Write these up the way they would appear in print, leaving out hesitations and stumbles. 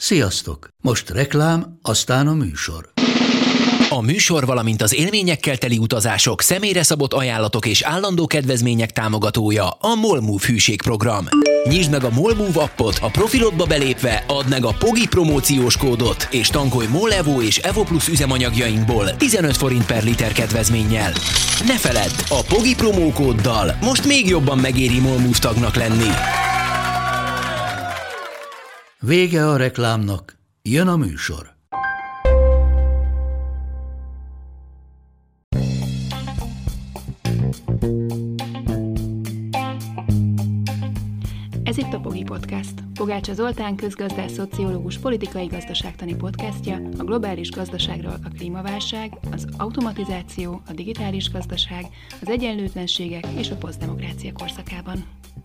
Sziasztok! Most reklám, aztán a műsor. A műsor, valamint az élményekkel teli utazások, személyre szabott ajánlatok és állandó kedvezmények támogatója a MOL Move hűségprogram. Nyisd meg a MOL Move appot, a profilodba belépve add meg a POGI promóciós kódot, és tankolj MOL Evo és Evo Plus üzemanyagjainkból 15 forint per liter kedvezménnyel. Ne feledd, a POGI promókóddal most még jobban megéri MOL Move tagnak lenni. Vége a reklámnak, jön a műsor. Ez itt a POGI Podcast. Pogácsa Zoltán közgazdász, szociológus, politikai gazdaságtani podcastja a globális gazdaságról, a klímaválság, az automatizáció, a digitális gazdaság, az egyenlőtlenségek és a posztdemokrácia korszakában.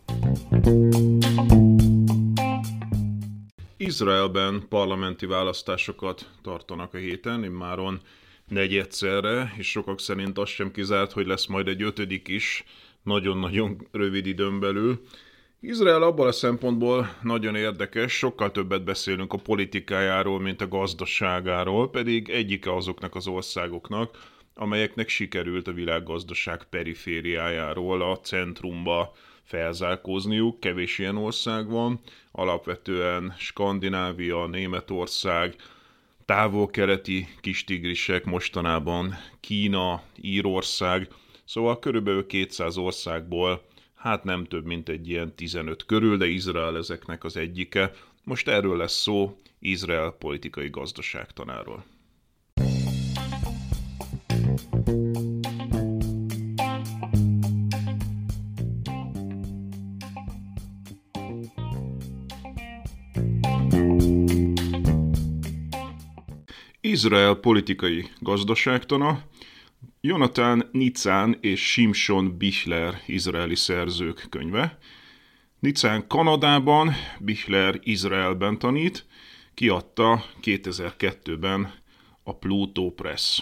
Izraelben parlamenti választásokat tartanak a héten, immáron negyedszerre, és sokak szerint az sem kizárt, hogy lesz majd egy ötödik is, nagyon-nagyon rövid időn belül. Izrael abban a szempontból nagyon érdekes, sokkal többet beszélünk a politikájáról, mint a gazdaságáról, pedig egyike azoknak az országoknak, amelyeknek sikerült a világgazdaság perifériájáról a centrumba felzárkózniuk. Kevés ilyen ország van, alapvetően Skandinávia, Németország, távol-keleti kistigrisek, mostanában Kína, Írország, szóval körülbelül 200 országból nem több, mint egy ilyen 15 körül, de Izrael ezeknek az egyike. Most erről lesz szó, Izrael politikai gazdaságtanáról. Izrael politikai gazdaságtana, Jonathan Nitzan és Shimshon Bichler izraeli szerzők könyve. Nitzan Kanadában, Bichler Izraelben tanít, kiadta 2002-ben a Pluto Press.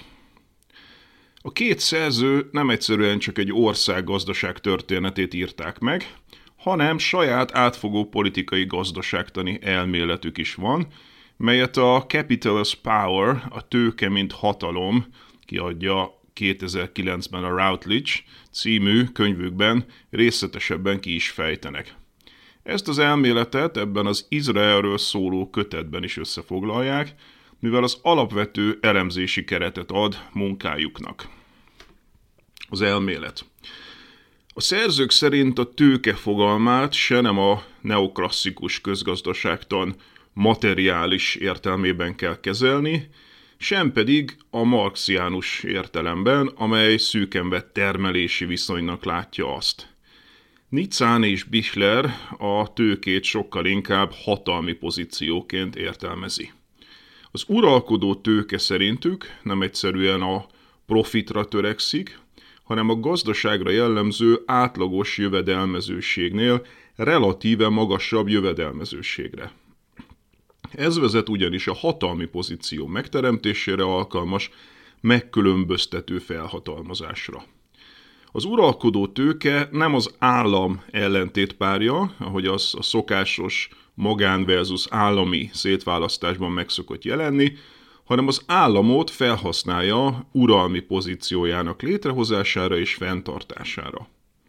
A két szerző nem egyszerűen csak egy ország gazdaság történetét írták meg, hanem saját átfogó politikai gazdaságtani elméletük is van, melyet a Capital as Power, a tőke mint hatalom kiadja 2009-ben a Routledge című könyvükben részletesebben ki is fejtenek. Ezt az elméletet ebben az Izraelről szóló kötetben is összefoglalják, mivel az alapvető elemzési keretet ad munkájuknak. Az elmélet. A szerzők szerint a tőke fogalmát se nem a neoklasszikus közgazdaságtan materiális értelmében kell kezelni, sem pedig a marxiánus értelemben, amely szűken vett termelési viszonynak látja azt. Nitzan és Bichler a tőkét sokkal inkább hatalmi pozícióként értelmezi. Az uralkodó tőke szerintük nem egyszerűen a profitra törekszik, hanem a gazdaságra jellemző átlagos jövedelmezőségnél relatíve magasabb jövedelmezőségre. Ez vezet ugyanis a hatalmi pozíció megteremtésére alkalmas, megkülönböztető felhatalmazásra. Az uralkodó tőke nem az állam ellentétpárja, ahogy az a szokásos magán versus állami szétválasztásban meg szokott jelenni, hanem az államot felhasználja uralmi pozíciójának létrehozására és fenntartására.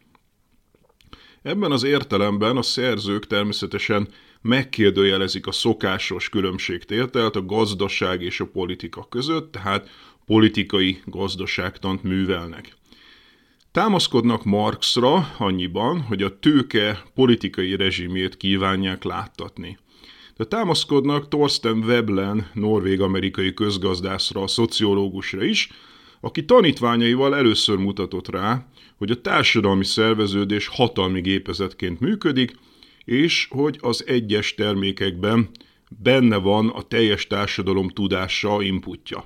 Ebben az értelemben a szerzők természetesen megkérdőjelezik a szokásos különbségtételt a gazdaság és a politika között, tehát politikai gazdaságtant művelnek. Támaszkodnak Marxra annyiban, hogy a tőke politikai rezsimjét kívánják láttatni. De támaszkodnak Thorsten Veblen, norvég-amerikai közgazdászra, szociológusra is, aki tanítványaival először mutatott rá, hogy a társadalmi szerveződés hatalmi gépezetként működik, és hogy az egyes termékekben benne van a teljes társadalom tudása, inputja.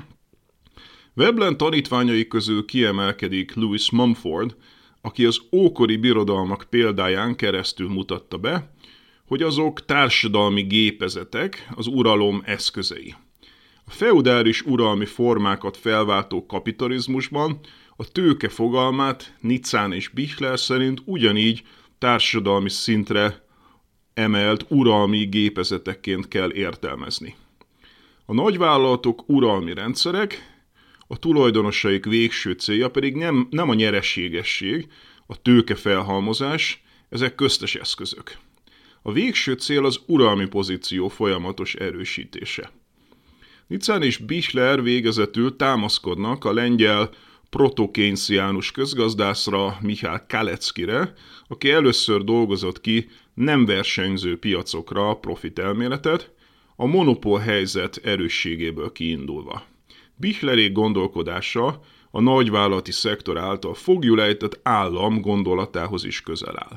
Veblen tanítványai közül kiemelkedik Lewis Mumford, aki az ókori birodalmak példáján keresztül mutatta be, hogy azok társadalmi gépezetek, az uralom eszközei. A feudális uralmi formákat felváltó kapitalizmusban a tőke fogalmát Nitzan és Bichler szerint ugyanígy társadalmi szintre emelt uralmi gépezetekként kell értelmezni. A nagyvállalatok uralmi rendszerek, a tulajdonosaik végső célja pedig nem a nyereségesség, a tőke felhalmozás, ezek köztes eszközök. A végső cél az uralmi pozíció folyamatos erősítése. Nitzan és Bichler végezetül támaszkodnak a lengyel protokeynesiánus közgazdászra, Michal Kaleckire, aki először dolgozott ki nem versenyző piacokra profitelméletet, a monopól helyzet erősségéből kiindulva. Bichlerék gondolkodása a nagyvállalati szektor által foglyulejtett állam gondolatához is közel áll.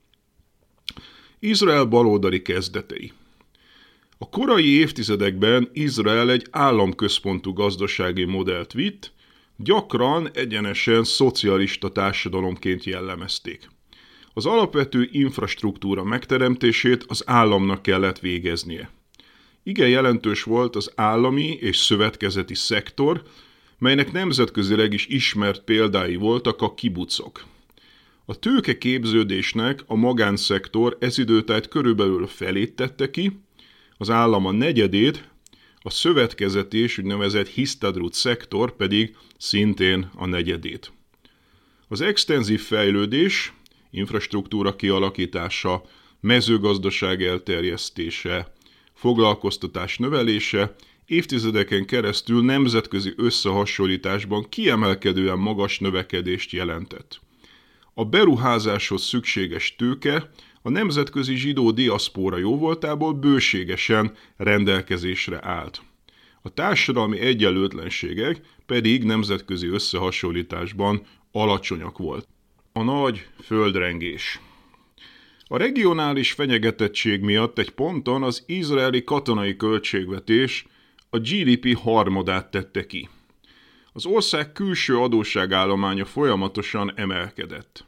Izrael baloldali kezdetei. A korai évtizedekben Izrael egy államközpontú gazdasági modellt vitt, gyakran egyenesen szocialista társadalomként jellemezték. Az alapvető infrastruktúra megteremtését az államnak kellett végeznie. Igen jelentős volt az állami és szövetkezeti szektor, melynek nemzetközileg is ismert példái voltak a kibucok. A tőkeképződésnek a magánszektor ez időtájt körülbelül felét tette ki, az állam a negyedét, a szövetkezeti és úgynevezett Histadrut szektor pedig szintén a negyedét. Az extenzív fejlődés, infrastruktúra kialakítása, mezőgazdaság elterjesztése, foglalkoztatás növelése évtizedeken keresztül nemzetközi összehasonlításban kiemelkedően magas növekedést jelentett. A beruházáshoz szükséges tőke a nemzetközi zsidó diaszpóra jóvoltából bőségesen rendelkezésre állt. A társadalmi egyenlőtlenségek pedig nemzetközi összehasonlításban alacsonyak volt. A nagy földrengés. A regionális fenyegetettség miatt egy ponton az izraeli katonai költségvetés a GDP harmadát tette ki. Az ország külső adósságállománya folyamatosan emelkedett.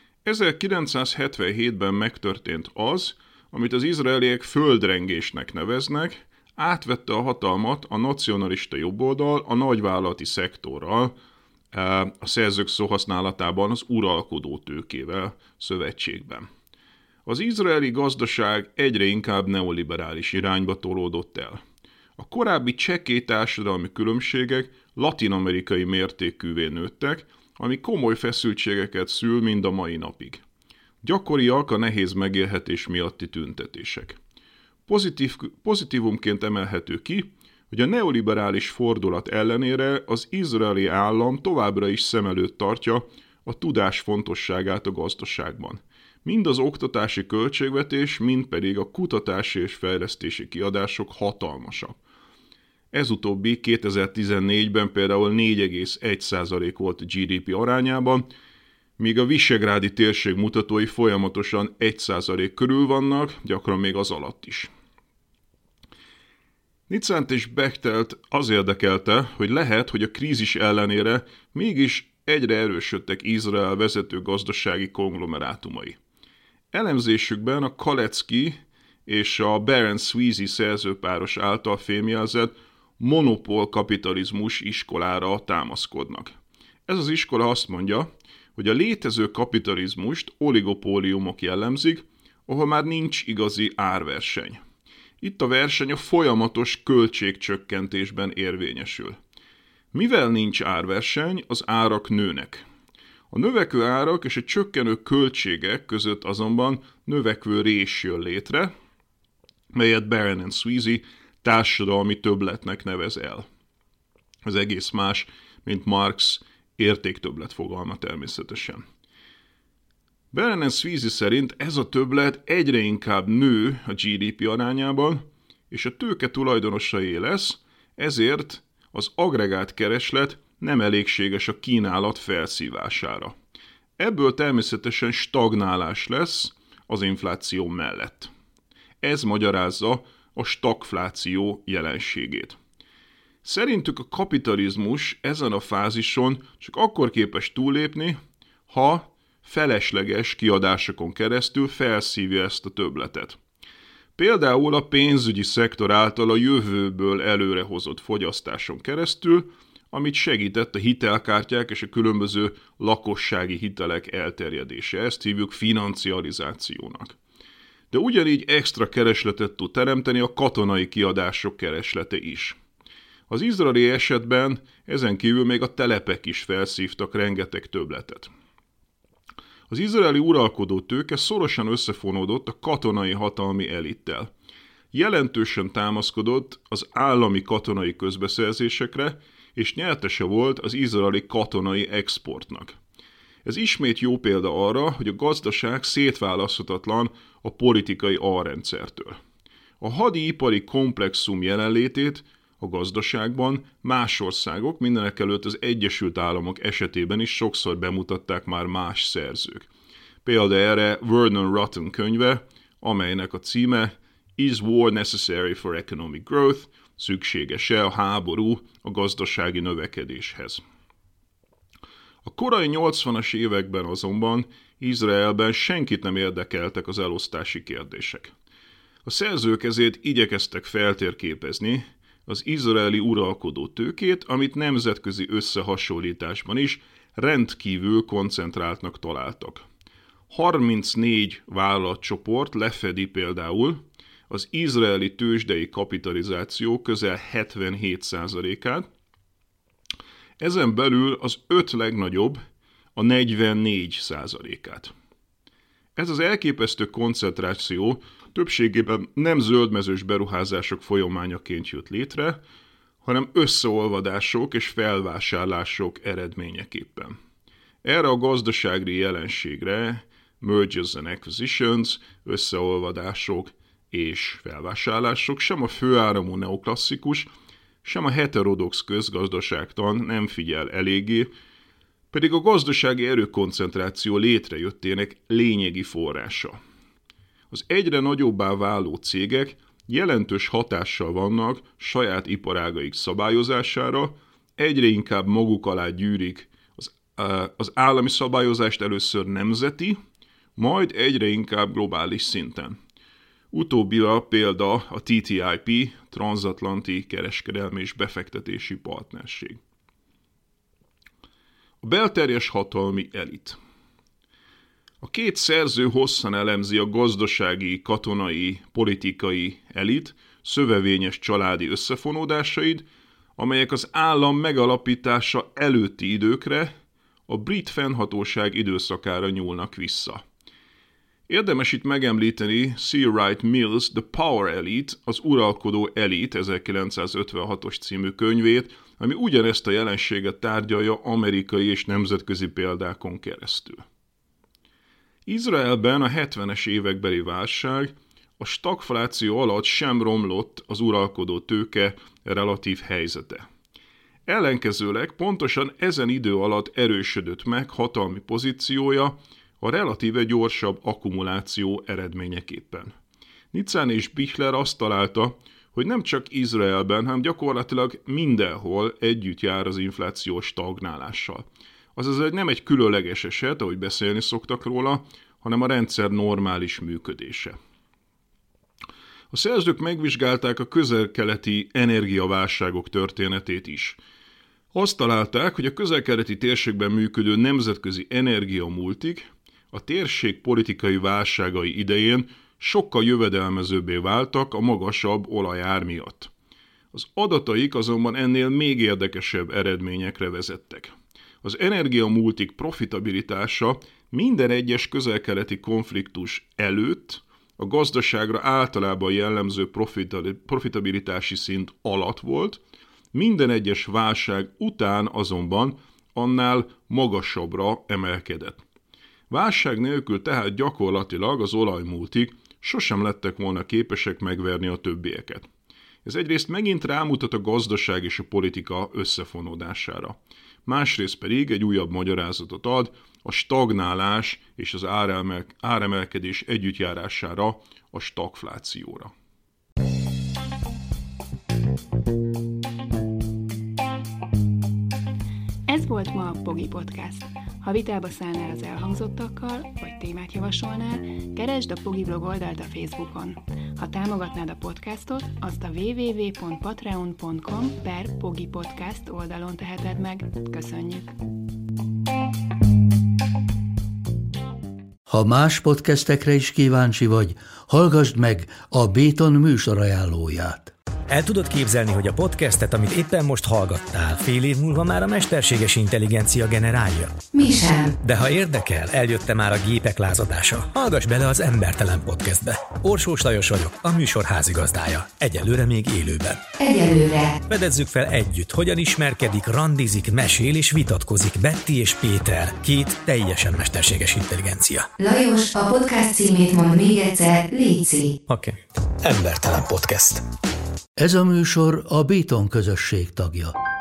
1977-ben megtörtént az, amit az izraeliek földrengésnek neveznek, átvette a hatalmat a nacionalista jobboldal a nagyvállalati szektorral, a szerzők szóhasználatában az uralkodó tőkével szövetségben. Az izraeli gazdaság egyre inkább neoliberális irányba tolódott el. A korábbi csekély társadalmi különbségek latin-amerikai mértékűvé nőttek, ami komoly feszültségeket szül mind a mai napig. Gyakoriak a nehéz megélhetés miatti tüntetések. Pozitívumként emelhető ki, hogy a neoliberális fordulat ellenére az izraeli állam továbbra is szem előtt tartja a tudás fontosságát a gazdaságban. Mind az oktatási költségvetés, mind pedig a kutatási és fejlesztési kiadások hatalmasak. Ez utóbbi 2014-ben például 4,1% volt a GDP arányában, míg a visegrádi térség mutatói folyamatosan 1% körül vannak, gyakran még az alatt is. Nitzant és Bechtelt az érdekelte, hogy lehet, hogy a krízis ellenére mégis egyre erősödtek Izrael vezető gazdasági konglomerátumai. Elemzésükben a Kalecki és a Barron-Sweezy szerzőpáros által fémjelzett monopól kapitalizmus iskolára támaszkodnak. Ez az iskola azt mondja, hogy a létező kapitalizmust oligopóliumok jellemzik, ahol már nincs igazi árverseny. Itt a verseny a folyamatos költségcsökkentésben érvényesül. Mivel nincs árverseny, az árak nőnek. A növekvő árak és a csökkenő költségek között azonban növekvő rés jön létre, melyet Barron and Sweezy társadalmi többletnek nevez el. Ez egész más, mint Marx értéktöbblet fogalma természetesen. Barron and Sweezy szerint ez a többlet egyre inkább nő a GDP arányában, és a tőke tulajdonosai lesz, ezért az agregált kereslet nem elégséges a kínálat felszívására. Ebből természetesen stagnálás lesz az infláció mellett. Ez magyarázza a stagfláció jelenségét. Szerintük a kapitalizmus ezen a fázison csak akkor képes túllépni, ha felesleges kiadásokon keresztül felszívja ezt a többletet. Például a pénzügyi szektor által a jövőből előrehozott fogyasztáson keresztül, amit segített a hitelkártyák és a különböző lakossági hitelek elterjedése. Ezt hívjuk financializációnak. de ugyanígy extra keresletet tud teremteni a katonai kiadások kereslete is. Az izraeli esetben ezen kívül még a telepek is felszívtak rengeteg többletet. Az izraeli uralkodó tőke szorosan összefonódott a katonai hatalmi elittel. Jelentősen támaszkodott az állami katonai közbeszerzésekre, és nyertese volt az izraeli katonai exportnak. Ez ismét jó példa arra, hogy a gazdaság szétválaszthatatlan a politikai alrendszertől. A hadi-ipari komplexum jelenlétét a gazdaságban más országok, mindenekelőtt az Egyesült Államok esetében is sokszor bemutatták már más szerzők. Példa erre Vernon Rutten könyve, amelynek a címe Is War Necessary for Economic Growth? Szükséges-e a háború a gazdasági növekedéshez? A korai 80-as években azonban Izraelben senkit nem érdekeltek az elosztási kérdések. A szerzők ezért igyekeztek feltérképezni az izraeli uralkodó tőkét, amit nemzetközi összehasonlításban is rendkívül koncentráltnak találtak. 34 vállalatcsoport lefedi például az izraeli tőzsdei kapitalizáció közel 77%-át, ezen belül az 5 legnagyobb a 44%-át. Ez az elképesztő koncentráció többségében nem zöldmezős beruházások folyamányaként jött létre, hanem összeolvadások és felvásárlások eredményeképpen. Erre a gazdasági jelenségre mergers and acquisitions, összeolvadások és felvásárlások sem a főáramú neoklasszikus, sem a heterodox közgazdaságtan nem figyel eléggé, pedig a gazdasági erőkoncentráció létrejöttének lényegi forrása. Az egyre nagyobbá váló cégek jelentős hatással vannak saját iparágaik szabályozására, egyre inkább maguk alá gyűrik az állami szabályozást először nemzeti, majd egyre inkább globális szinten. Utóbbira példa a TTIP, Transatlanti Kereskedelmi és Befektetési Partnerség. A belterjes hatalmi elit. A két szerző hosszan elemzi a gazdasági, katonai, politikai elit szövevényes családi összefonódásait, amelyek az állam megalapítása előtti időkre, a brit fennhatóság időszakára nyúlnak vissza. Érdemes itt megemlíteni C. Wright Mills The Power Elite, az uralkodó elit 1956-os című könyvét, ami ugyanezt a jelenséget tárgyalja amerikai és nemzetközi példákon keresztül. Izraelben a 70-es évekbeli válság a stagfláció alatt sem romlott az uralkodó tőke relatív helyzete. Ellenkezőleg pontosan ezen idő alatt erősödött meg hatalmi pozíciója a relatíve gyorsabb akkumuláció eredményeképpen. Nitzan és Bichler azt találta, hogy nem csak Izraelben, hanem gyakorlatilag mindenhol együtt jár az infláció stagnálással. Azaz nem egy különleges eset, ahogy beszélni szoktak róla, hanem a rendszer normális működése. A szerzők megvizsgálták a közel-keleti energiaválságok történetét is. Azt találták, hogy a közel-keleti térségben működő nemzetközi energiamultik a térség politikai válságai idején sokkal jövedelmezőbbé váltak a magasabb olajár miatt. Az adataik azonban ennél még érdekesebb eredményekre vezettek. Az energiamultik profitabilitása minden egyes közel-keleti konfliktus előtt a gazdaságra általában jellemző profitabilitási szint alatt volt, minden egyes válság után azonban annál magasabbra emelkedett. Válság nélkül tehát gyakorlatilag az olajmultik sosem lettek volna képesek megverni a többieket. Ez egyrészt megint rámutat a gazdaság és a politika összefonódására. Másrészt pedig egy újabb magyarázatot ad a stagnálás és az áremelkedés együttjárására, a stagflációra. Ez volt ma a Pogi Podcast. Ha vitába szállnál az elhangzottakkal, vagy témát javasolnál, keresd a Pogi blog oldalt a Facebookon. Ha támogatnád a podcastot, azt a www.patreon.com/pogipodcast oldalon teheted meg. Köszönjük! Ha más podcastekre is kíváncsi vagy, Hallgasd meg a Béton műsor ajánlóját. El tudod képzelni, hogy a podcastet, amit éppen most hallgattál, fél év múlva már a mesterséges intelligencia generálja? Mi sem. De ha érdekel, eljött már a gépek lázadása. Hallgass bele az Embertelen Podcastbe. Orsós Lajos vagyok, a műsor házigazdája. Egyelőre még élőben. Egyelőre. Fedezzük fel együtt, hogyan ismerkedik, randizik, mesél és vitatkozik Betty és Péter, két teljesen mesterséges intelligencia. Lajos, a podcast címét mondd még egyszer, léci. Oké. Embertelen Podcast. Ez a műsor a Béton közösség tagja.